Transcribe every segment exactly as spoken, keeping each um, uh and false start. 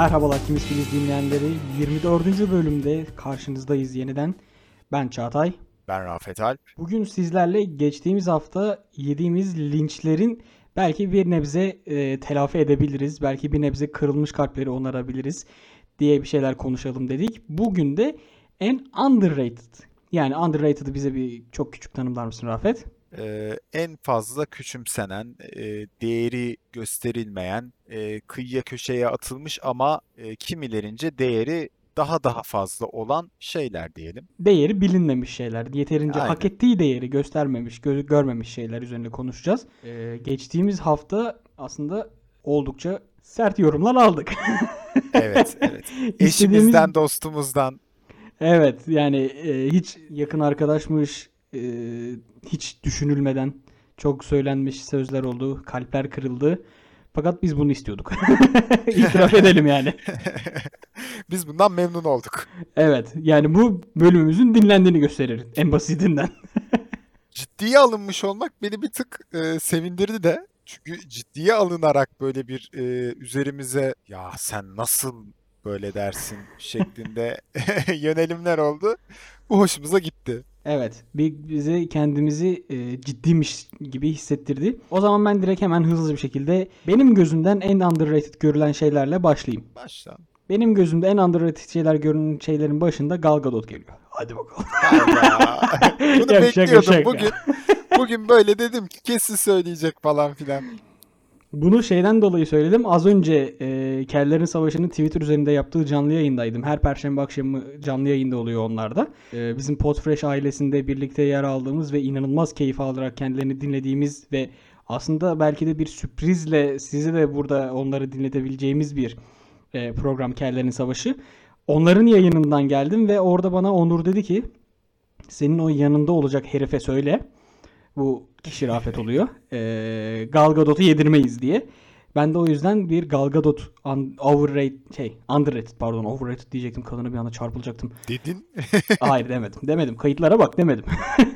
Merhabalar Kimiskiniz dinleyenleri. yirmi dördüncü bölümde karşınızdayız yeniden. Ben Çağatay. Ben Rafet Alp. Bugün sizlerle geçtiğimiz hafta yediğimiz linçlerin belki bir nebze e, telafi edebiliriz. Belki bir nebze kırılmış kalpleri onarabiliriz diye bir şeyler konuşalım dedik. Bugün de en underrated. Yani underrated'ı bize bir çok küçük tanımlar mısın Rafet? Ee, en fazla küçümsenen, e, değeri gösterilmeyen, e, kıyıya köşeye atılmış ama e, kimilerince değeri daha daha fazla olan şeyler diyelim. Değeri bilinmemiş şeyler. Yeterince hak Aynen. ettiği değeri göstermemiş, gö- görmemiş şeyler üzerine konuşacağız. Ee, geçtiğimiz hafta aslında oldukça sert yorumlar aldık. Evet, evet. İstediğimiz Eşimizden, dostumuzdan. evet yani e, hiç yakın arkadaşmış, e, hiç düşünülmeden çok söylenmiş sözler oldu, kalpler kırıldı. Fakat biz bunu istiyorduk. İtiraf edelim yani. Biz bundan memnun olduk. Evet, yani bu bölümümüzün dinlendiğini gösterir en basitinden. Ciddiye alınmış olmak beni bir tık e, sevindirdi de. Çünkü ciddiye alınarak böyle bir e, üzerimize ya sen nasıl böyle dersin şeklinde yönelimler oldu. Bu hoşumuza gitti. Evet, bir bize kendimizi e, ciddiymiş gibi hissettirdi. O zaman ben direkt hemen hızlı bir şekilde benim gözümden en underrated görülen şeylerle başlayayım. Başla. Benim gözümde en underrated şeyler görünen şeylerin başında Gal Gadot geliyor. Hadi bakalım. Hayda. Bunu Yok, şaka bekliyordum şaka. bugün. Bugün böyle dedim ki kesin söyleyecek falan filan. Bunu şeyden dolayı söyledim. Az önce e, Kellerin Savaşı'nın Twitter üzerinde yaptığı canlı yayındaydım. Her perşembe akşamı canlı yayında oluyor onlarda. E, bizim Podfresh ailesinde birlikte yer aldığımız ve inanılmaz keyif alarak kendilerini dinlediğimiz ve aslında belki de bir sürprizle sizi de burada onları dinletebileceğimiz bir e, program Kellerin Savaşı. Onların yayınından geldim ve orada bana Onur dedi ki senin o yanında olacak herife söyle. Bu kişi Rafet oluyor. Ee, Gal Gadot'u yedirmeyiz diye. Ben de o yüzden bir Gal Gadot un- overrated şey underrated pardon overrated diyecektim. Kadına bir anda çarpılacaktım. Dedin. Hayır demedim. Demedim. Kayıtlara bak demedim.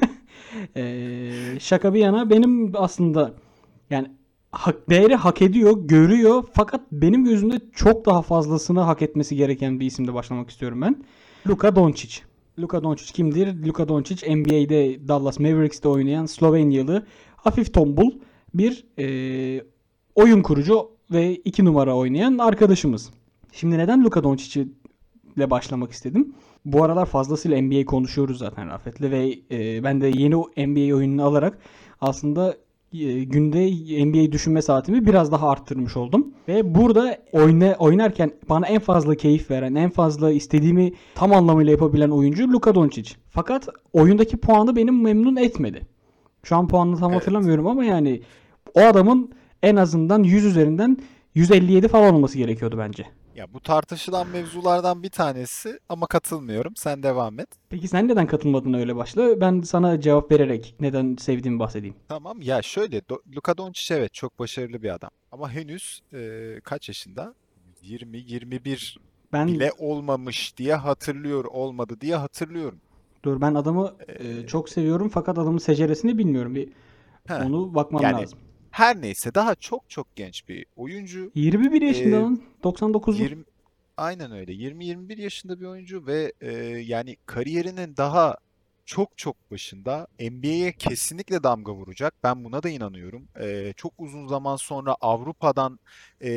Ee, şaka bir yana benim aslında yani hak, değeri hak ediyor, görüyor fakat benim gözümde çok daha fazlasını hak etmesi gereken bir isimle başlamak istiyorum ben. Luka Doncic. Luka Doncic kimdir? Luka Doncic N B A'de Dallas Mavericks'te oynayan Slovenyalı hafif tombul bir e, oyun kurucu ve iki numara oynayan arkadaşımız. Şimdi neden Luka Doncic ile başlamak istedim? Bu aralar fazlasıyla N B A konuşuyoruz zaten Rafet'le ve e, ben de yeni N B A oyununu alarak aslında e, günde N B A düşünme saatimi biraz daha arttırmış oldum. Ve burada oyna, oynarken bana en fazla keyif veren, en fazla istediğimi tam anlamıyla yapabilen oyuncu Luka Doncic. Fakat oyundaki puanı benim memnun etmedi. Şu an puanını tam Evet. hatırlamıyorum ama yani o adamın en azından yüz üzerinden yüz elli yedi falan olması gerekiyordu bence. Ya bu tartışılan mevzulardan bir tanesi ama katılmıyorum. Sen devam et. Peki sen neden katılmadın öyle başla? Ben sana cevap vererek neden sevdiğimi bahsedeyim. Tamam ya şöyle Do- Luka Doncic evet çok başarılı bir adam. Ama henüz e, kaç yaşında? yirmi yirmi bir Ben bile olmamış diye hatırlıyor, olmadı diye hatırlıyorum. dur ben adamı e, E, çok seviyorum fakat adamın seceresini bilmiyorum. Bir heh, onu bakmam yani lazım. her neyse daha çok çok genç bir oyuncu. yirmi bir yaşında E, lan. doksan dokuzlu. yirmi aynen öyle. yirmi yirmi bir yaşında bir oyuncu ve e, yani kariyerinin daha çok çok başında N B A'ye kesinlikle damga vuracak. Ben buna da inanıyorum. E, çok uzun zaman sonra Avrupa'dan e,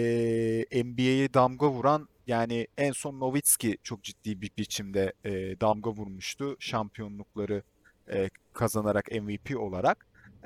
N B A'ye damga vuran yani en son Nowitzki çok ciddi bir biçimde e, damga vurmuştu. Şampiyonlukları e, kazanarak M V P olarak.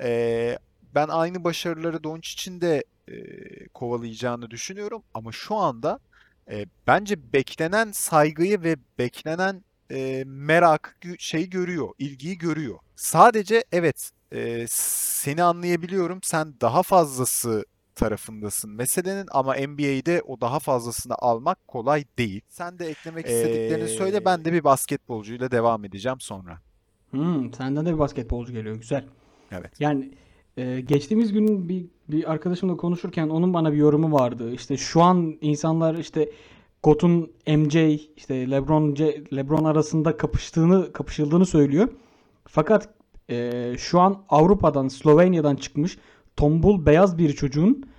E, ben aynı başarıları Doncic'in de e, kovalayacağını düşünüyorum. Ama şu anda e, bence beklenen saygıyı ve beklenen e, merak gö- şey görüyor, ilgiyi görüyor. Sadece evet e, seni anlayabiliyorum. Sen daha fazlası tarafındasın meselenin ama N B A'de o daha fazlasını almak kolay değil. Sen de eklemek istediklerini söyle. Ben Ee, de bir basketbolcuyla devam edeceğim sonra. hmm, senden de bir basketbolcu geliyor. Güzel. Evet. Yani e, geçtiğimiz gün bir, bir arkadaşımla konuşurken onun bana bir yorumu vardı. İşte şu an insanlar işte GOAT'un M J, işte LeBron C- LeBron arasında kapıştığını kapışıldığını söylüyor. Fakat e, şu an Avrupa'dan, Slovenya'dan çıkmış tombul beyaz bir çocuğun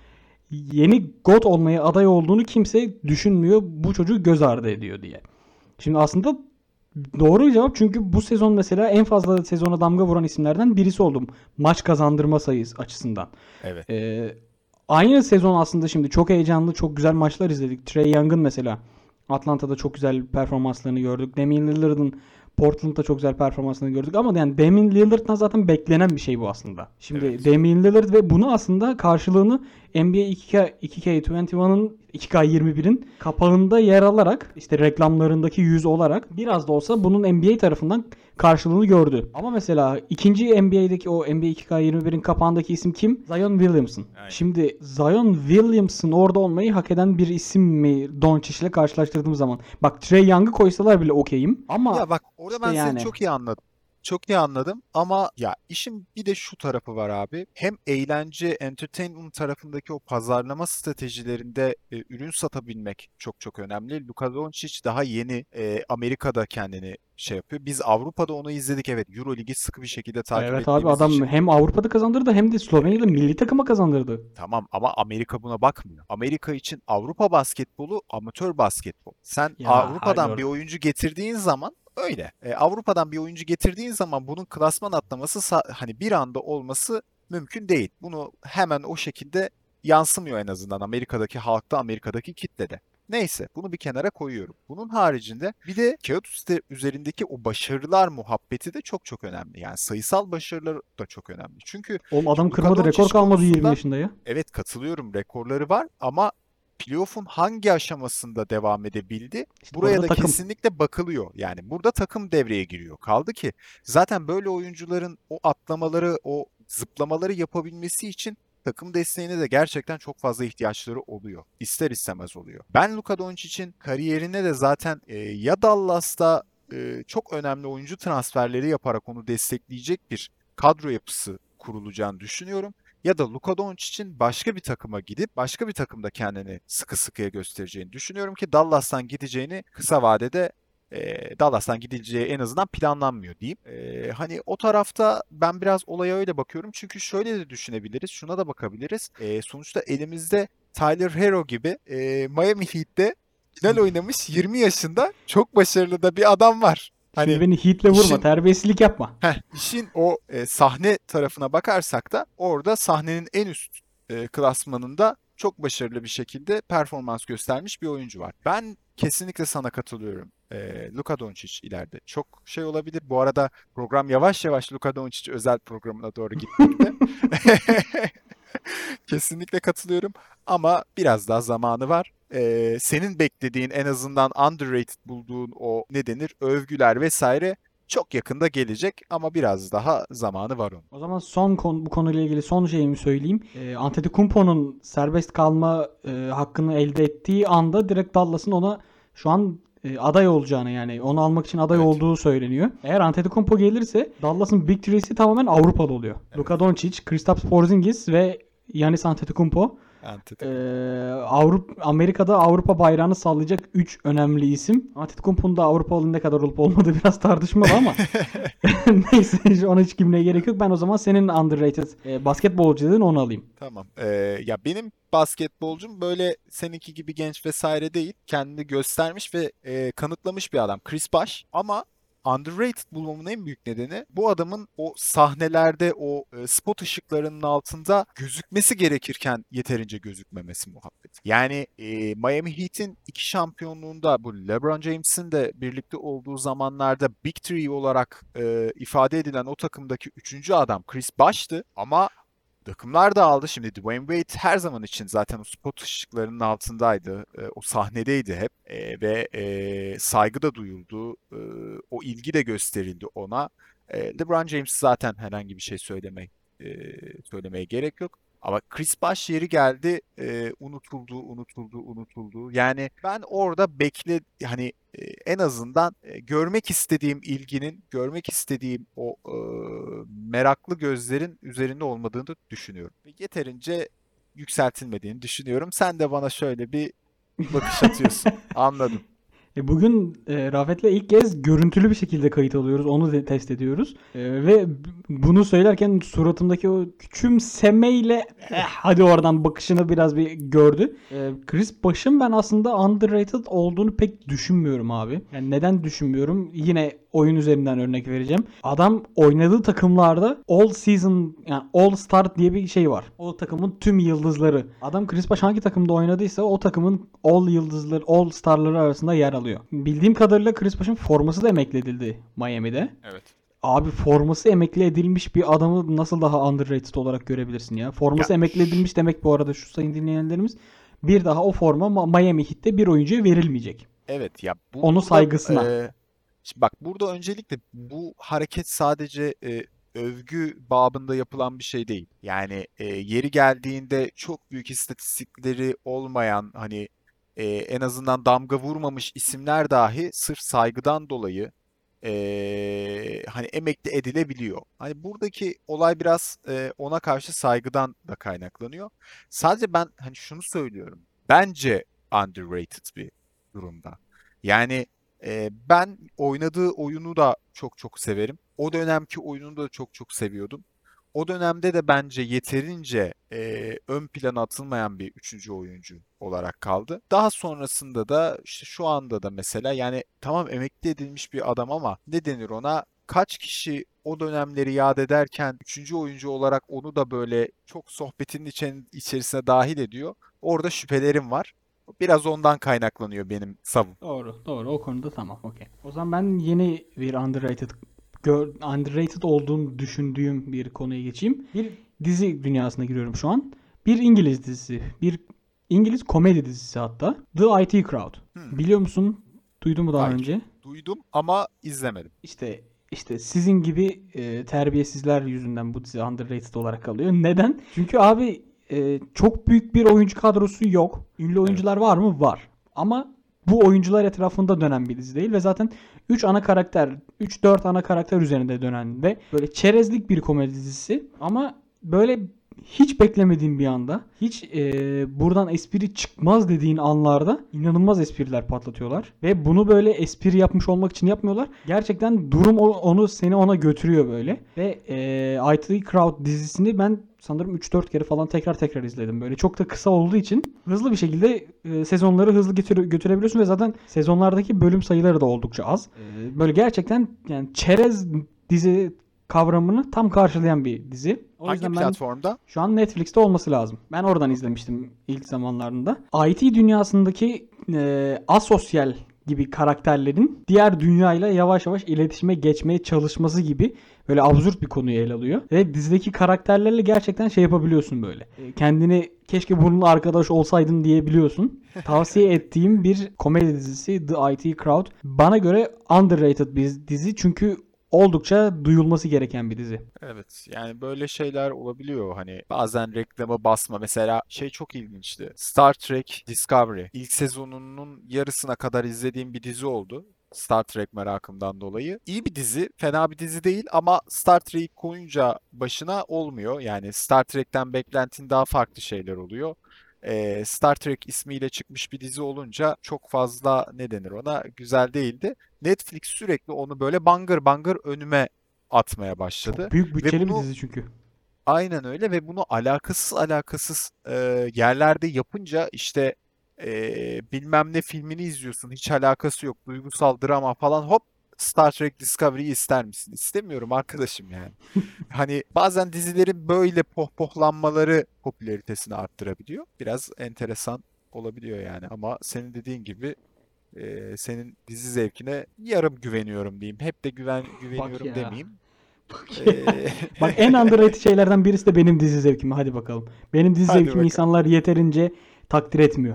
yeni GOAT olmaya aday olduğunu kimse düşünmüyor. Bu çocuğu göz ardı ediyor diye. Şimdi aslında doğru cevap, çünkü bu sezon mesela en fazla sezona damga vuran isimlerden birisi oldum. Maç kazandırma sayısı açısından. Evet. Ee, aynı sezon aslında şimdi çok heyecanlı, çok güzel maçlar izledik. Trae Young'ın mesela Atlanta'da çok güzel performanslarını gördük. Damian Lillard'ın Portland'da çok güzel performansını gördük ama yani Damian Lillard'dan zaten beklenen bir şey bu aslında. Şimdi Evet. Damian Lillard ve bunu aslında karşılığını N B A iki K iki K yirmi bir'ın iki K yirmi bir'in kapağında yer alarak, işte reklamlarındaki yüz olarak biraz da olsa bunun N B A tarafından karşılığını gördü. Ama mesela ikinci N B A'deki o N B A iki K yirmi bir'in kapağındaki isim kim? Zion Williamson. Aynen. Şimdi Zion Williamson orada olmayı hak eden bir isim mi Doncic ile karşılaştırdığım zaman? Bak, Trae Young'ı koysalar bile okeyim. Ama Ya bak, orada işte ben yani. seni çok iyi anladım. Çok iyi anladım ama ya işin bir de şu tarafı var abi. Hem eğlence, entertainment tarafındaki o pazarlama stratejilerinde e, ürün satabilmek çok çok önemli. Luka Doncic daha yeni e, Amerika'da kendini şey yapıyor. Biz Avrupa'da onu izledik, evet. Euroligi sıkı bir şekilde takip Evet abi, ettiğimiz adam için. hem Avrupa'da kazandırdı hem de Slovenya'da milli takıma kazandırdı. Tamam ama Amerika buna bakmıyor. Amerika için Avrupa basketbolu amatör basketbol. Sen Ya Avrupa'dan hayır. bir oyuncu getirdiğin zaman öyle. E, Avrupa'dan bir oyuncu getirdiğin zaman bunun klasman atlaması sa- hani bir anda olması mümkün değil. Bunu hemen o şekilde yansımıyor en azından Amerika'daki halkta, Amerika'daki kitlede. Neyse, bunu bir kenara koyuyorum. Bunun haricinde bir de kağıt üstü üzerindeki o başarılar muhabbeti de çok çok önemli. Yani sayısal başarılar da çok önemli. Çünkü Oğlum adam şimdi Luka kırmadı, rekor Doncic kalmadı yirmi konusunda yaşında ya. evet katılıyorum, rekorları var ama playoff'un hangi aşamasında devam edebildi? İşte Buraya orada da takım. kesinlikle bakılıyor. Yani burada takım devreye giriyor. Kaldı ki zaten böyle oyuncuların o atlamaları, o zıplamaları yapabilmesi için takım desteğine de gerçekten çok fazla ihtiyaçları oluyor. İster istemez oluyor. Ben Luka Doncic'in kariyerine de zaten e, ya Dallas'ta e, çok önemli oyuncu transferleri yaparak onu destekleyecek bir kadro yapısı kurulacağını düşünüyorum. Ya da Luka Doncic'in başka bir takıma gidip başka bir takımda kendini sıkı sıkıya göstereceğini düşünüyorum ki Dallas'tan gideceğini kısa vadede e, Dallas'tan gidileceği en azından planlanmıyor diyeyim. E, hani o tarafta ben biraz olaya öyle bakıyorum. Çünkü şöyle de düşünebiliriz. Şuna da bakabiliriz. E, sonuçta elimizde Tyler Hero gibi e, Miami Heat'te final oynamış yirmi yaşında çok başarılı da bir adam var. Şimdi Hani beni Heat'le vurma, işin terbiyesizlik yapma. Heh, işin o e, sahne tarafına bakarsak da orada sahnenin en üst e, klasmanında çok başarılı bir şekilde performans göstermiş bir oyuncu var. Ben kesinlikle sana katılıyorum. E, Luka Doncic ileride çok şey olabilir. Bu arada program yavaş yavaş Luka Doncic özel programına doğru gitmekte. Kesinlikle katılıyorum ama biraz daha zamanı var. Ee, senin beklediğin, en azından underrated bulduğun o ne denir övgüler vesaire çok yakında gelecek ama biraz daha zamanı var onun. O zaman son konu, bu konuyla ilgili son şeyimi söyleyeyim. E, Antetokounmpo'nun serbest kalma e, hakkını elde ettiği anda direkt Dallas'ın ona şu an e, aday olacağını, yani onu almak için aday Evet. olduğu söyleniyor. Eğer Antetokounmpo gelirse Dallas'ın Big Three'si tamamen Avrupalı oluyor. Evet. Luka Doncic, Kristaps Porzingis ve Giannis Antetokounmpo. Antetokounmpo. Ee, Avrupa, Amerika'da Avrupa bayrağını sallayacak üç önemli isim. Antetokounmpo'nun da Avrupalı ne kadar olup olmadığı biraz tartışmalı ama neyse, ona hiç girmeye gerek yok. Ben o zaman senin underrated e, basketbolcu dedin, onu alayım. Tamam. Ee, ya benim basketbolcum böyle seninki gibi genç vesaire değil. Kendini göstermiş ve e, kanıtlamış bir adam. Chris Bosh. Ama underrated bulmamın en büyük nedeni bu adamın o sahnelerde o e, spot ışıklarının altında gözükmesi gerekirken yeterince gözükmemesi muhabbet. Yani e, Miami Heat'in iki şampiyonluğunda bu LeBron James'in de birlikte olduğu zamanlarda Big Three olarak e, ifade edilen o takımdaki üçüncü adam Chris Bosh'tı ama takımlar da aldı. Şimdi Dwayne Wade her zaman için zaten o spot ışıklarının altındaydı. E, o sahnedeydi hep. E, ve e, saygı da duyuldu. E, o ilgi de gösterildi ona. E, LeBron James zaten herhangi bir şey söylemek e, söylemeye gerek yok. Ama Chris Bosh yeri geldi, e, unutuldu, unutuldu, unutuldu. Yani ben orada bekle hani e, en azından e, görmek istediğim ilginin, görmek istediğim o e, meraklı gözlerin üzerinde olmadığını düşünüyorum. Ve yeterince yükseltilmediğini düşünüyorum. Sen de bana şöyle bir bakış atıyorsun. Anladım. E, bugün e, Rafet'le ilk kez görüntülü bir şekilde kayıt alıyoruz. Onu de test ediyoruz. E, ve b- bunu söylerken suratımdaki o küçümsemeyle eh, hadi oradan bakışını biraz bir gördü. E, Chris Bosh'un ben aslında underrated olduğunu pek düşünmüyorum abi. Yani neden düşünmüyorum? Yine oyun üzerinden örnek vereceğim. Adam oynadığı takımlarda All Season yani All Star diye bir şey var. O takımın tüm yıldızları. Adam Chris Bosh hangi takımda oynadıysa o takımın All yıldızları, All Star'ları arasında yer alıyor. Bildiğim kadarıyla Chris Bosh'un forması da emekli edildi Miami'de. Evet. Abi forması emekli edilmiş bir adamı nasıl daha underrated olarak görebilirsin ya? Forması Ya emekli edilmiş demek bu arada şu sayın dinleyenlerimiz. Bir daha o forma Ma- Miami Heat'te bir oyuncuya verilmeyecek. evet ya bu Onu burada saygısına. e, şimdi bak burada öncelikle bu hareket sadece e, övgü babında yapılan bir şey değil. Yani e, yeri geldiğinde çok büyük istatistikleri olmayan hani e, en azından damga vurmamış isimler dahi sırf saygıdan dolayı e, hani emekli edilebiliyor. Hani buradaki olay biraz e, ona karşı saygıdan da kaynaklanıyor. Sadece ben hani şunu söylüyorum. Bence underrated bir durumda. Yani e, ben oynadığı oyunu da çok çok severim. O dönemki oyununu da çok çok seviyordum. O dönemde de bence yeterince e, ön plana atılmayan bir üçüncü oyuncu olarak kaldı. Daha sonrasında da işte şu anda da mesela yani tamam emekli edilmiş bir adam ama ne denir ona? Kaç kişi o dönemleri yad ederken üçüncü oyuncu olarak onu da böyle çok sohbetinin içen- içerisine dahil ediyor. Orada şüphelerim var. Biraz ondan kaynaklanıyor benim savım. Doğru, doğru. O konuda tamam, okey. O zaman ben yeni bir underrated gör, underrated olduğunu düşündüğüm bir konuya geçeyim. Bir dizi dünyasına giriyorum şu an. Bir İngiliz dizisi, bir İngiliz komedi dizisi hatta. The I T Crowd. Hmm, Biliyor musun? Duydun mu daha hayır. önce? Duydum ama izlemedim. İşte işte sizin gibi e, terbiyesizler yüzünden bu dizi underrated olarak kalıyor. Neden? Çünkü abi e, çok büyük bir oyuncu kadrosu yok. Ünlü Evet. oyuncular var mı? Var. Ama bu oyuncular etrafında dönen bir dizi değil ve zaten üç ana karakter, üç dört ana karakter üzerinde dönen ve böyle çerezlik bir komedi dizisi ama böyle hiç beklemediğin bir anda, hiç e, buradan espri çıkmaz dediğin anlarda inanılmaz espriler patlatıyorlar. Ve bunu böyle espri yapmış olmak için yapmıyorlar. Gerçekten durum o- onu seni ona götürüyor böyle. Ve e, I T Crowd dizisini ben sanırım üç dört kere falan tekrar tekrar izledim. Böyle çok da kısa olduğu için hızlı bir şekilde e, sezonları hızlı götüre- götürebiliyorsun ve zaten sezonlardaki bölüm sayıları da oldukça az. E, böyle gerçekten yani çerez dizi kavramını tam karşılayan bir dizi. O Hangi yüzden ben platformda? şu an Netflix'te olması lazım. Ben oradan Okey. izlemiştim ilk zamanlarında. I T dünyasındaki e, asosyal gibi karakterlerin diğer dünyayla yavaş yavaş iletişime geçmeye çalışması gibi böyle absürt bir konuyu ele alıyor. Ve dizideki karakterlerle gerçekten şey yapabiliyorsun böyle. E, kendini keşke bununla arkadaş olsaydın diyebiliyorsun. Tavsiye ettiğim bir komedi dizisi The I T Crowd. Bana göre underrated bir dizi çünkü oldukça duyulması gereken bir dizi. Evet yani böyle şeyler olabiliyor hani bazen reklama basma mesela şey çok ilginçti Star Trek Discovery ilk sezonunun yarısına kadar izlediğim bir dizi oldu Star Trek merakımdan dolayı. İyi bir dizi, fena bir dizi değil ama Star Trek koyunca başına olmuyor. Yani Star Trek'ten beklentin daha farklı şeyler oluyor. Ee, Star Trek ismiyle çıkmış bir dizi olunca çok fazla ne denir ona güzel değildi. Netflix sürekli onu böyle bangır bangır önüme atmaya Çok başladı. büyük Ve bütçeli bir bunu dizi çünkü. aynen öyle ve bunu alakasız alakasız e, yerlerde yapınca işte e, bilmem ne filmini izliyorsun. Hiç alakası yok. Duygusal drama falan hop Star Trek Discovery'yi ister misin? İstemiyorum arkadaşım yani. Hani bazen dizilerin böyle pohpohlanmaları popülaritesini arttırabiliyor. Biraz enteresan olabiliyor yani ama senin dediğin gibi e, senin dizi zevkine yarım güveniyorum diyeyim. Hep de güven Bak güveniyorum ya. demeyeyim. Bak ya. E, Bak en underrated şeylerden birisi de benim dizi zevkim. Hadi bakalım. Benim dizi Hadi zevkimi bakalım. insanlar yeterince takdir etmiyor.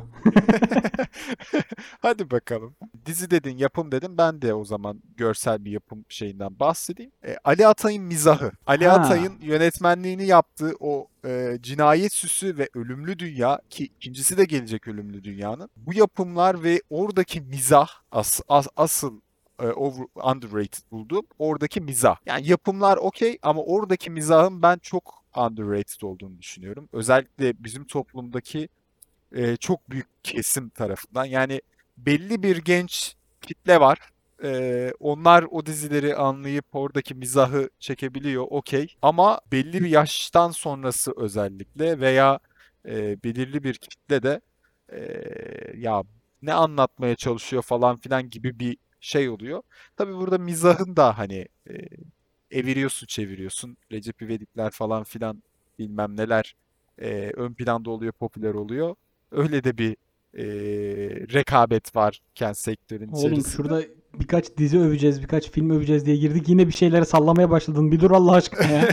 Hadi bakalım. Dizi dedin, yapım dedin. Ben de o zaman görsel bir yapım şeyinden bahsedeyim. E, Ali Atay'ın mizahı. Ali Ha. Atay'ın yönetmenliğini yaptığı o e, Cinayet Süsü ve Ölümlü Dünya ki ikincisi de gelecek Ölümlü Dünya'nın. Bu yapımlar ve oradaki mizah as, as- asıl e, over, underrated bulduğum oradaki mizah. Yani yapımlar okey ama oradaki mizahın ben çok underrated olduğunu düşünüyorum. Özellikle bizim toplumdaki e, çok büyük kesim tarafından. Yani belli bir genç kitle var. Ee, onlar o dizileri anlayıp oradaki mizahı çekebiliyor, okey. Ama belli bir yaştan sonrası özellikle veya e, belirli bir kitle de e, ya ne anlatmaya çalışıyor falan filan gibi bir şey oluyor. Tabii burada mizahın da hani e, eviriyorsun çeviriyorsun. Recep İvedikler falan filan bilmem neler e, ön planda oluyor, popüler oluyor. Öyle de bir e, rekabet varken sektörün Oğlum içerisinde. şurada birkaç dizi öveceğiz, birkaç film öveceğiz diye girdik. Yine bir şeylere sallamaya başladın. Bir dur Allah aşkına ya.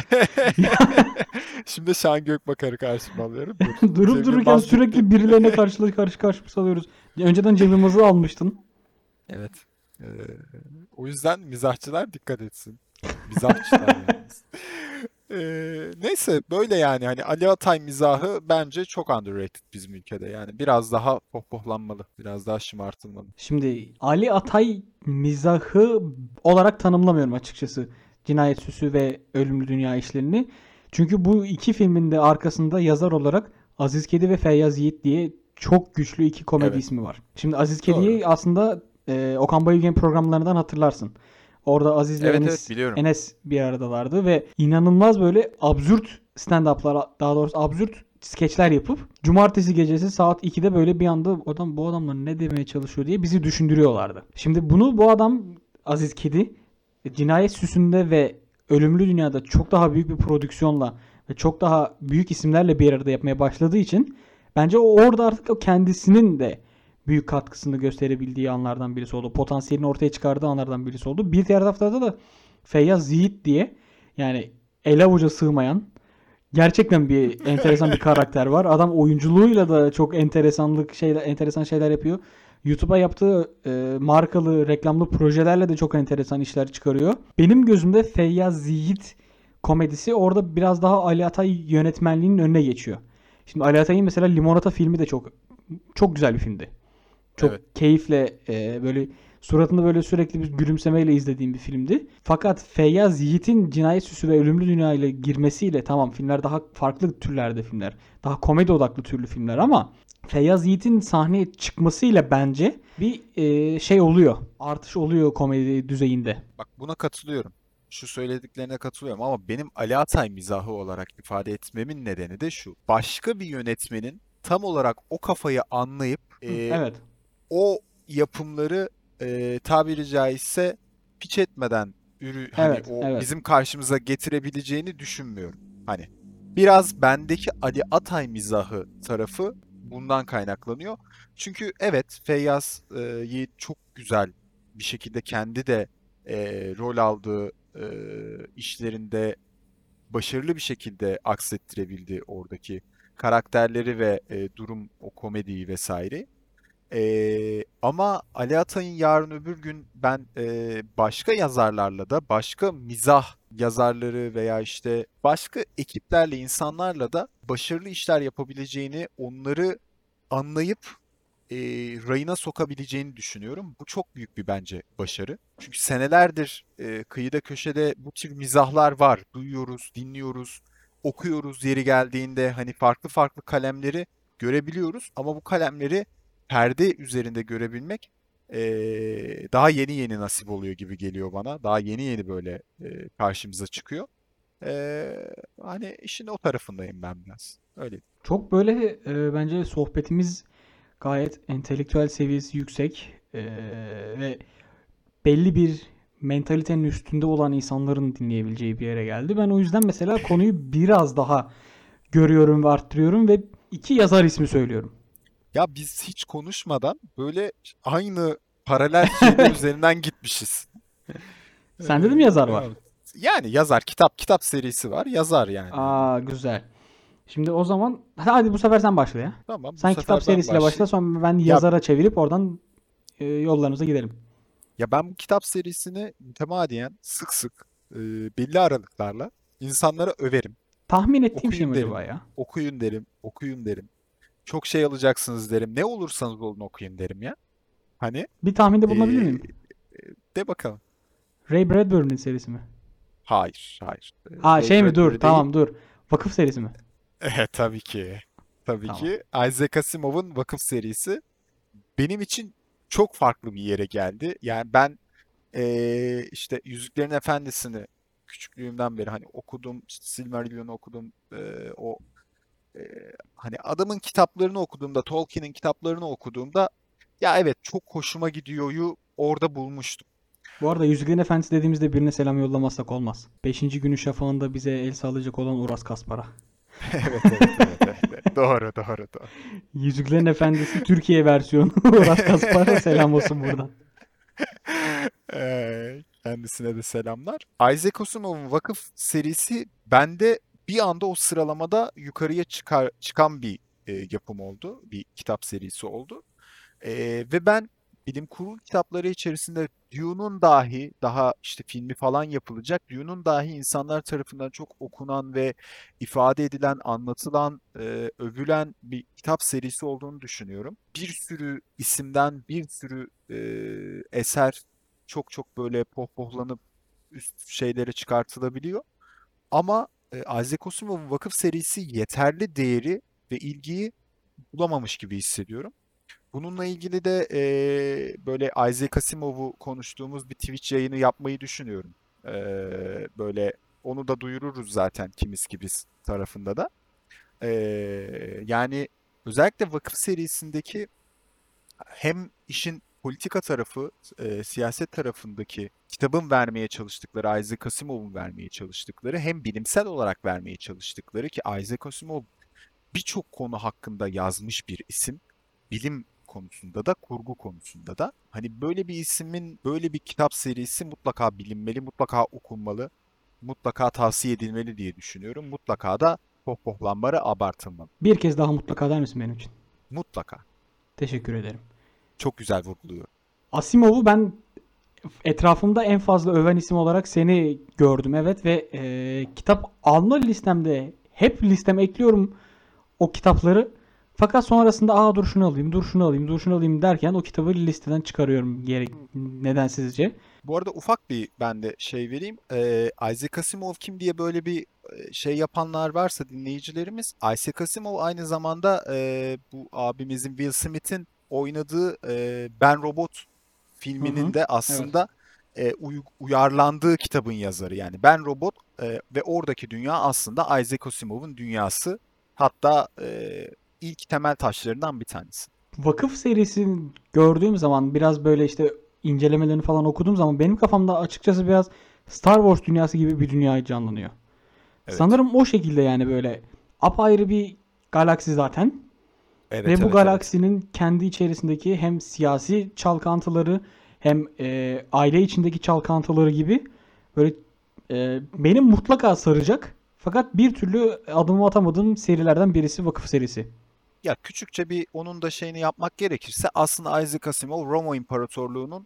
Şimdi Şahan Gökbakar'ı karşıma alıyorum. Dur. Durup Cem dururken Yılmaz bitti. sürekli birilerine karşı karşı karşı salıyoruz. Önceden Cem Yılmaz'ı almıştın. Evet. Ee, o yüzden mizahçılar dikkat etsin. Mizahçılar yalnız. Ee, neyse böyle yani hani Ali Atay mizahı bence çok underrated bizim ülkede. Yani biraz daha pohpohlanmalı, biraz daha şımartılmalı. Şimdi Ali Atay mizahı olarak tanımlamıyorum açıkçası. Cinayet Süsü ve Ölümlü Dünya işlerini. Çünkü bu iki filmin de arkasında yazar olarak Aziz Kedi ve Feyyaz Yiğit diye çok güçlü iki komedi Evet, ismi var. Şimdi Aziz doğru. Kedi'yi aslında e, Okan Bayülgen programlarından hatırlarsın. Orada Aziz ile Evet evet Enes, biliyorum. Enes bir aradalardı ve inanılmaz böyle absürt stand-up'lar, daha doğrusu absürt skeçler yapıp cumartesi gecesi saat ikide böyle bir anda adam bu adamlar ne demeye çalışıyor diye bizi düşündürüyorlardı. Şimdi bunu bu adam Aziz Kedi Cinayet Süsü'nde ve Ölümlü Dünya'da çok daha büyük bir prodüksiyonla ve çok daha büyük isimlerle bir arada yapmaya başladığı için bence o orada artık o kendisinin de büyük katkısını gösterebildiği anlardan birisi oldu. Potansiyelini ortaya çıkardığı anlardan birisi oldu. Bir diğer tarafta da Feyyaz Yiğit diye yani ele avuca sığmayan gerçekten bir enteresan bir karakter var. Adam oyunculuğuyla da çok enteresanlık şeyler enteresan şeyler yapıyor. YouTube'a yaptığı e, markalı reklamlı projelerle de çok enteresan işler çıkarıyor. Benim gözümde Feyyaz Yiğit komedisi orada biraz daha Ali Atay yönetmenliğinin önüne geçiyor. Şimdi Ali Atay'ın mesela Limonata filmi de çok çok güzel bir filmdi. Evet. Çok keyifle e, böyle suratında böyle sürekli bir gülümsemeyle izlediğim bir filmdi. Fakat Feyyaz Yiğit'in Cinayet Süsü ve Ölümlü Dünya ile girmesiyle tamam filmler daha farklı türlerde filmler. Daha komedi odaklı türlü filmler ama Feyyaz Yiğit'in sahneye çıkmasıyla bence bir e, şey oluyor. Artış oluyor komedi düzeyinde. Bak buna katılıyorum. Şu söylediklerine katılıyorum ama benim Ali Atay mizahı olarak ifade etmemin nedeni de şu. Başka bir yönetmenin tam olarak o kafayı anlayıp Hı, e, evet. o yapımları e, tabiri caizse piç etmeden ürü hani Evet. o Evet. bizim karşımıza getirebileceğini düşünmüyorum. Hani biraz bendeki Ali Atay mizahı tarafı bundan kaynaklanıyor. Çünkü evet Feyyaz e, Yiğit çok güzel bir şekilde kendi de e, rol aldığı e, işlerinde başarılı bir şekilde aksettirebildi oradaki karakterleri ve e, durum o komediyi vesaire. Ee, ama Ali Atay'ın yarın öbür gün ben e, başka yazarlarla da başka mizah yazarları veya işte başka ekiplerle insanlarla da başarılı işler yapabileceğini onları anlayıp e, rayına sokabileceğini düşünüyorum. Bu çok büyük bir bence başarı. Çünkü senelerdir e, kıyıda köşede bu tür mizahlar var. Duyuyoruz, dinliyoruz, okuyoruz yeri geldiğinde hani farklı farklı kalemleri görebiliyoruz ama bu kalemleri perde üzerinde görebilmek eee, daha yeni yeni nasip oluyor gibi geliyor bana. Daha yeni yeni böyle eee, karşımıza çıkıyor. Eee, hani işin o tarafındayım ben biraz. Öyle. Çok böyle e, bence sohbetimiz gayet entelektüel seviyesi yüksek e, ve belli bir mentalitenin üstünde olan insanların dinleyebileceği bir yere geldi. Ben o yüzden mesela konuyu biraz daha görüyorum ve arttırıyorum ve iki yazar ismi söylüyorum. Ya biz hiç konuşmadan böyle aynı paralel şeyler üzerinden gitmişiz. Sen dedim Eee, yazar var. devam et. Yani yazar kitap kitap serisi var. Yazar yani hani. Aa güzel. Şimdi o zaman hadi bu sefer sen başla ya. Tamam bu Sen kitap sefer ben serisiyle başla başlayayım. sonra ben Ya yazara çevirip oradan e, yollarımıza gidelim. Ya ben bu kitap serisini mütemadiyen sık sık e, belli aralıklarla insanlara överim. Tahmin ettiğim şey mi Okuyun acaba derim, ya? okuyun derim, okuyun derim. Çok şey alacaksınız derim. Ne olursanız olun okuyun derim ya. Hani Bir tahminde bulunabilir e, miyim? de bakalım. Ray Bradbury'nin serisi mi? Hayır, hayır. E, Ha Ray şey mi dur Bradbury değil. tamam dur. Vakıf serisi mi? Evet, tabii ki. Tabii Tamam. ki. Isaac Asimov'un Vakıf serisi benim için çok farklı bir yere geldi. Yani ben eee, işte Yüzüklerin Efendisi'ni küçüklüğümden beri hani okudum, işte Silmarillion'u okudum, eee, o eee, hani adamın kitaplarını okuduğumda, Tolkien'in kitaplarını okuduğumda ya evet çok hoşuma gidiyor'yu orada bulmuştum. Bu arada Yüzüklerin Efendisi dediğimizde birine selam yollamazsak olmaz. Beşinci günün şafağında bize el sağlayacak olan Uras Kaspar'a. Evet evet evet evet. Evet. Doğru doğru doğru. Yüzüklerin Efendisi Türkiye versiyonu Uras Kaspar'a selam olsun buradan. Eee, kendisine de selamlar. Isaac Asimov'un Vakıf serisi bende bir anda o sıralamada yukarıya çıkar, çıkan bir e, yapım oldu. Bir kitap serisi oldu. Eee, ve ben bilim kurgu kitapları içerisinde Dune'un dahi daha işte filmi falan yapılacak. Dune'un dahi insanlar tarafından çok okunan ve ifade edilen, anlatılan, e, övülen bir kitap serisi olduğunu düşünüyorum. Bir sürü isimden bir sürü e, eser çok çok böyle pohpohlanıp üst şeylere çıkartılabiliyor. Ama e, Isaac Asimov'un Vakıf serisi yeterli değeri ve ilgiyi bulamamış gibi hissediyorum. Bununla ilgili de eee, böyle Isaac Asimov'u konuştuğumuz bir Twitch yayını yapmayı düşünüyorum. Eee, böyle onu da duyururuz zaten kimiz kibiz tarafında da. Eee, yani özellikle Vakıf serisindeki hem işin politika tarafı, eee, siyaset tarafındaki kitabın vermeye çalıştıkları, Isaac Asimov'un vermeye çalıştıkları hem bilimsel olarak vermeye çalıştıkları ki Isaac Asimov birçok konu hakkında yazmış bir isim. Bilim konusunda da, kurgu konusunda da. Hani böyle bir ismin böyle bir kitap serisi mutlaka bilinmeli, mutlaka okunmalı, mutlaka tavsiye edilmeli diye düşünüyorum. Mutlaka da pohpohlanmaları abartılmalı. Bir kez daha mutlaka der misin benim için? Mutlaka. Teşekkür ederim. Çok güzel vurguluyor. Asimov'u ben etrafımda en fazla öven isim olarak seni gördüm, evet, ve e, kitap alma listemde hep listeme ekliyorum o kitapları. Fakat sonrasında aa dur şunu alayım, dur şunu alayım, dur şunu alayım derken o kitabı listeden çıkarıyorum gerek nedensizce. Bu arada ufak bir ben de şey vereyim. Ee, Isaac Asimov kim diye böyle bir e, şey yapanlar varsa dinleyicilerimiz. Isaac Asimov aynı zamanda e, bu abimizin Will Smith'in oynadığı e, Ben Robot Hı hı. filminin de Evet. aslında e, uy- uyarlandığı kitabın yazarı. Yani Ben Robot e, ve oradaki dünya aslında Isaac Asimov'un dünyası. Hatta e, ilk temel taşlarından bir tanesi. Vakıf serisini gördüğüm zaman biraz böyle işte incelemelerini falan okuduğum zaman benim kafamda açıkçası biraz Star Wars dünyası gibi bir dünya canlanıyor. Evet. Sanırım o şekilde, yani böyle apayrı bir galaksi zaten. Evet Ve bu evet evet. galaksinin kendi içerisindeki hem siyasi çalkantıları hem e, aile içindeki çalkantıları gibi böyle e, benim mutlaka saracak fakat bir türlü adımımı atamadığım serilerden birisi Vakıf serisi. Ya küçükçe bir onun da şeyini yapmak gerekirse aslında Isaac Asimov Roma İmparatorluğu'nun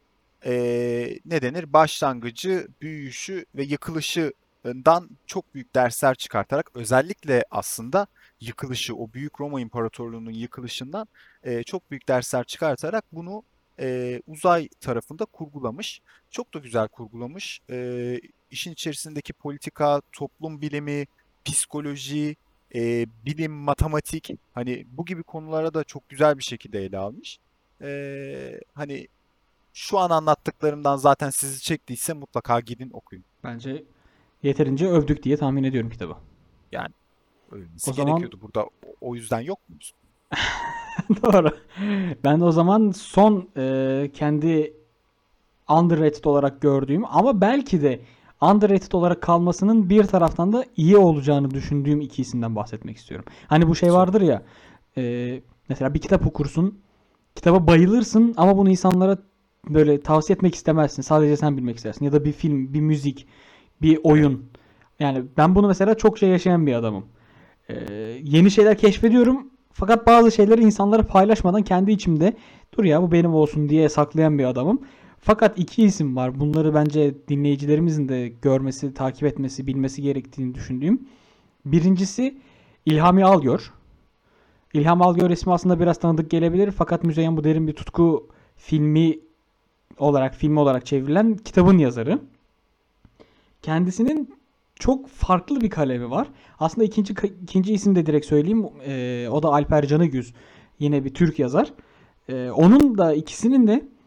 eee ne denir başlangıcı, büyüyüşü ve yıkılışından çok büyük dersler çıkartarak özellikle aslında yıkılışı, o büyük Roma İmparatorluğu'nun yıkılışından eee, çok büyük dersler çıkartarak bunu eee, uzay tarafında kurgulamış. Çok da güzel kurgulamış. Eee işin içerisindeki politika, toplum bilimi, psikoloji, e, bilim, matematik hani bu gibi konulara da çok güzel bir şekilde ele almış. E, hani şu an anlattıklarımdan zaten sizi çektiyse mutlaka gidin okuyun. Bence yeterince övdük diye tahmin ediyorum kitabı. Yani O övülmesi zaman gerekiyordu. Burada o o yüzden yok muyuz? doğru. Ben de o zaman son e, kendi underrated olarak gördüğüm ama belki de underrated olarak kalmasının bir taraftan da iyi olacağını düşündüğüm iki isimden bahsetmek istiyorum. Hani bu şey Söyle. vardır ya, e, mesela bir kitap okursun, kitaba bayılırsın ama bunu insanlara böyle tavsiye etmek istemezsin. Sadece sen bilmek istersin. Ya da bir film, bir müzik, bir Evet. oyun. Yani ben bunu mesela çok şey yaşayan bir adamım. E, Yeni şeyler keşfediyorum fakat bazı şeyleri insanlara paylaşmadan kendi içimde dur ya bu benim olsun diye saklayan bir adamım. Fakat iki isim var. Bunları bence dinleyicilerimizin de görmesi, takip etmesi, bilmesi gerektiğini düşündüğüm. Birincisi İlhami Algör. İlham Algör ismi aslında biraz tanıdık gelebilir fakat Müzeyyen Bu Derin Bir Tutku filmi olarak filmi olarak çevrilen kitabın yazarı. Kendisinin çok farklı bir kalemi var. Aslında ikinci ikinci isim de direkt söyleyeyim. Ee, o da Alper Canıgüz. Yine bir Türk yazar. Ee, onun da ikisinin de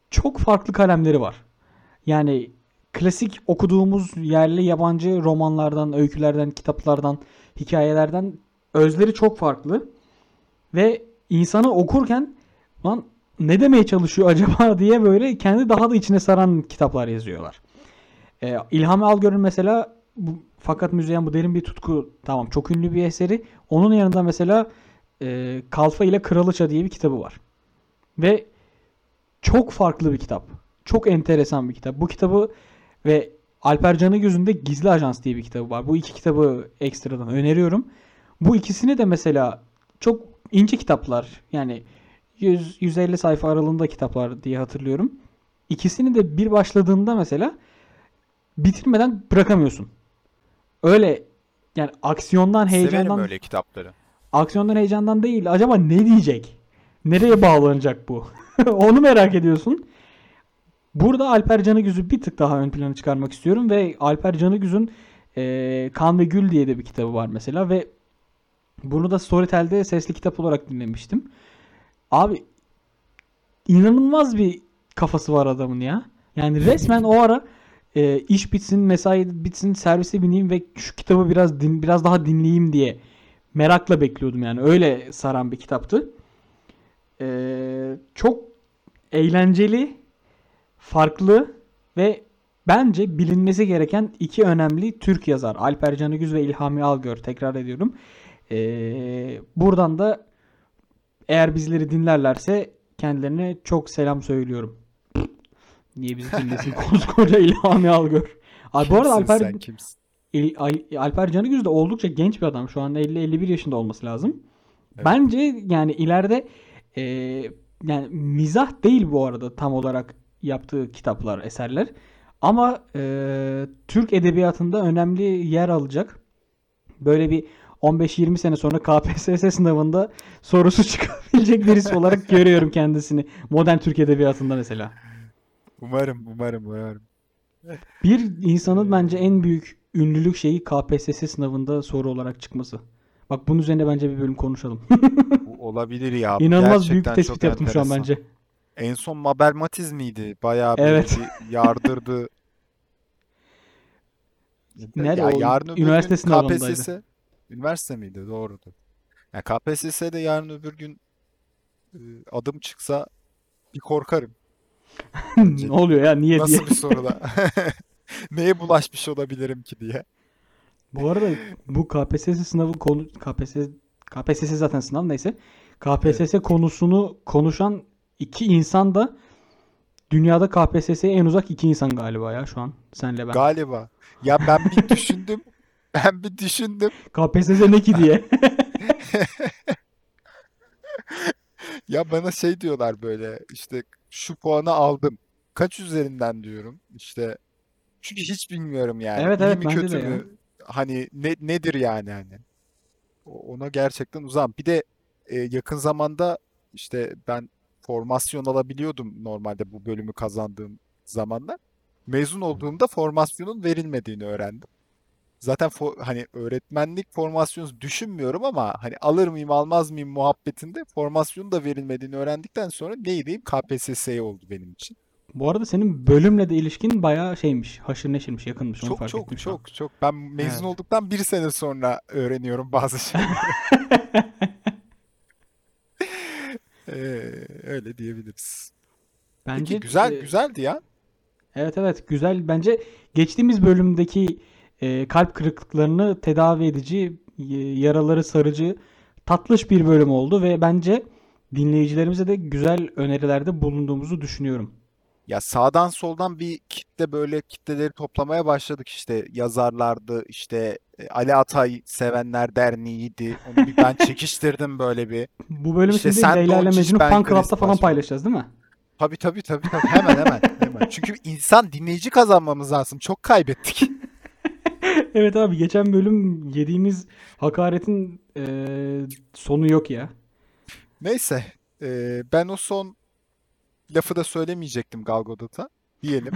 çok farklı kalemleri var. Yani klasik okuduğumuz yerli yabancı romanlardan, öykülerden, kitaplardan, hikayelerden özleri çok farklı. Ve insanı okurken lan ne demeye çalışıyor acaba diye böyle kendi daha da içine saran kitaplar yazıyorlar. Ee, İlhami Algör'ün mesela bu, Fakat Müzeyyen Bu Derin Bir Tutku, tamam, çok ünlü bir eseri. Onun yanında mesela e, Kalfa ile Kralıça diye bir kitabı var. Ve çok farklı bir kitap. Çok enteresan bir kitap. Bu kitabı ve Alper Canıgöz'ün de Gizli Ajans diye bir kitabı var. Bu iki kitabı ekstradan öneriyorum. Bu ikisini de mesela çok ince kitaplar. Yani yüz yüz elli sayfa aralığında kitaplar diye hatırlıyorum. İkisini de bir başladığında mesela bitirmeden bırakamıyorsun. Öyle yani aksiyondan, Severim heyecandan, öyle kitapları. aksiyondan, heyecandan değil. Acaba ne diyecek? Nereye bağlanacak bu? Onu merak ediyorsun. Burada Alper Canıgüz'ü bir tık daha ön plana çıkarmak istiyorum ve Alper Canıgüz'ün e, Kan ve Gül diye de bir kitabı var mesela ve bunu da Storytel'de sesli kitap olarak dinlemiştim. Abi inanılmaz bir kafası var adamın ya. Yani resmen o ara e, iş bitsin, mesai bitsin, servise bineyim ve şu kitabı biraz din, biraz daha dinleyeyim diye merakla bekliyordum yani. Öyle saran bir kitaptı. E, çok eğlenceli, farklı ve bence bilinmesi gereken iki önemli Türk yazar. Alper Canıgüz ve İlhami Algör. Tekrar ediyorum. Ee, buradan da eğer bizleri dinlerlerse kendilerine çok selam söylüyorum. Niye bizi dinlesin koskoca İlhami Algör. Abi bu arada Kimsin Alper sen, kimsin? İl- Al- Alper Canıgüz de oldukça genç bir adam. Şu an elli elli bir yaşında olması lazım. Evet. Bence yani ileride e, yani mizah değil bu arada tam olarak yaptığı kitaplar, eserler. Ama e, Türk edebiyatında önemli yer alacak. Böyle bir on beş yirmi sene sonra K P S S sınavında sorusu çıkabilecek birisi olarak görüyorum kendisini. Modern Türk edebiyatında mesela. Umarım, umarım, umarım. Bir insanın bence en büyük ünlülük şeyi K P S S sınavında soru olarak çıkması. Bak bunun üzerine bence bir bölüm konuşalım. Bu olabilir ya. Bu İnanılmaz büyük bir gerçekten tespit çok yaptım şu an enteresan. bence. En son Mabel Matiz miydi? Bayağı böyle Evet. bir yardırdı. Nerede Ya o? yarın öbür Üniversite gün sınavındaydı. K P S S üniversite miydi? Doğrudur. Ya K P S S'de yarın öbür gün e, adım çıksa bir korkarım Ne öncelikle. oluyor ya, niye diye. Nasıl bir soruda? Neye bulaşmış olabilirim ki diye. Bu arada bu K P S S sınavı konu K P S S K P S S zaten sınav, neyse. Evet. K P S S konusunu konuşan iki insan da dünyada K P S S'ye en uzak iki insan galiba ya şu an. Senle ben. Galiba. Ya ben bir düşündüm. Ben bir düşündüm. K P S S ne ki diye. Ya bana şey diyorlar böyle işte şu puanı aldım. Kaç üzerinden diyorum. İşte çünkü hiç bilmiyorum yani. Evet İyi evet mi bence de kötü ya. mü? Hani ne nedir yani hani? O- Ona gerçekten uzağım. Bir de e, yakın zamanda işte ben formasyon alabiliyordum normalde bu bölümü kazandığım zamanlar. Mezun olduğumda formasyonun verilmediğini öğrendim. Zaten fo- hani öğretmenlik formasyonu düşünmüyorum ama hani alır mıyım almaz mıyım muhabbetinde formasyonun da verilmediğini öğrendikten sonra ne diyeyim K P S S oldu benim için. Bu arada senin bölümle de ilişkin bayağı şeymiş. Haşır neşirmiş, yakınmış. Onu Çok fark ettim çok şu an. çok çok ben mezun Evet. olduktan bir sene sonra öğreniyorum bazı şeyleri. Ee, öyle diyebiliriz. Peki Bence güzel e, güzeldi ya. evet evet güzel. Bence geçtiğimiz bölümdeki e, kalp kırıklıklarını tedavi edici, e, yaraları sarıcı, tatlış bir bölüm oldu ve bence dinleyicilerimize de güzel önerilerde bulunduğumuzu düşünüyorum. Ya sağdan soldan bir kitle böyle kitleleri toplamaya başladık işte yazarlardı işte e, Ali Atay Sevenler Derneği'ydi. Onu bir ben çekiştirdim böyle bir. Bu bölümü İşte şimdi sen Leyla ile Doncic Mecnun ben Fan Club'ta Chris falan Bosh falan. paylaşacağız değil mi? Tabii tabii tabii tabii hemen hemen hemen. Çünkü insan dinleyici kazanmamız lazım. Çok kaybettik. Evet abi, geçen bölüm yediğimiz hakaretin e, sonu yok ya. Neyse e, ben o son lafı da söylemeyecektim Gal Gadot'a diyelim.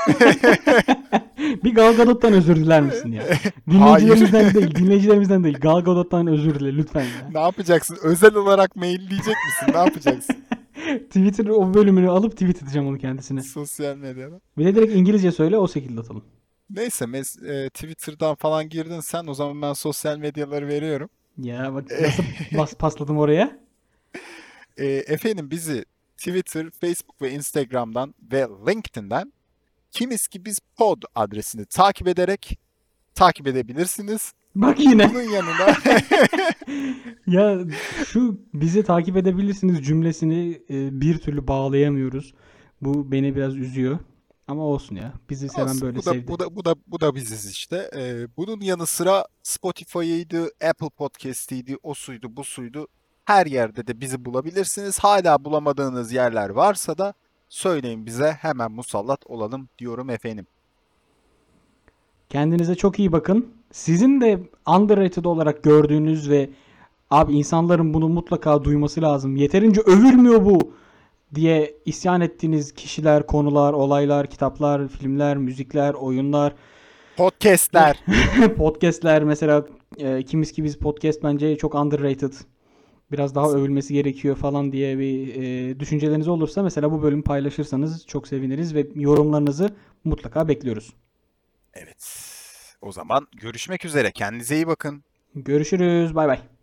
Bir Gal Gadot'tan özür diler misin ya? Hayır. Dinleyicilerimizden değil, dinleyicilerimizden değil. Gal Gadot'tan özür dile lütfen ya. Ne yapacaksın? Özel olarak mailleyecek misin? Ne yapacaksın? Twitter o bölümünü alıp tweet edeceğim onu kendisine. Sosyal medyada. Bir de direkt İngilizce söyle, o şekilde atalım. Neyse mes- e, Twitter'dan falan girdin sen, o zaman ben sosyal medyaları veriyorum. Ya bak nasıl bas pasladım oraya. E, efendim bizi Twitter, Facebook ve Instagram'dan ve LinkedIn'den Kimiz ki biz pod adresini takip ederek takip edebilirsiniz. Bak yine. Bunun yanına Ya şu bizi takip edebilirsiniz cümlesini e, bir türlü bağlayamıyoruz. Bu beni biraz üzüyor. Ama olsun ya. Bizi seven olsun. böyle Bu da sevdi. bu da bu da bu da biziz işte. Ee, bunun yanı sıra Spotify'ıydı, Apple Podcast'iydi, o suydu, bu suydu. Her yerde de bizi bulabilirsiniz. Hala bulamadığınız yerler varsa da söyleyin bize, hemen musallat olalım diyorum efendim. Kendinize çok iyi bakın. Sizin de underrated olarak gördüğünüz ve abi insanların bunu mutlaka duyması lazım, yeterince övülmüyor bu diye isyan ettiğiniz kişiler, konular, olaylar, kitaplar, filmler, müzikler, oyunlar, Podcast'ler. podcastler mesela e, Kimiz ki biz podcast bence çok underrated. Biraz daha övülmesi gerekiyor falan diye bir e, düşünceleriniz olursa mesela bu bölümü paylaşırsanız çok seviniriz ve yorumlarınızı mutlaka bekliyoruz. Evet. O zaman görüşmek üzere. Kendinize iyi bakın. Görüşürüz. Bay bay.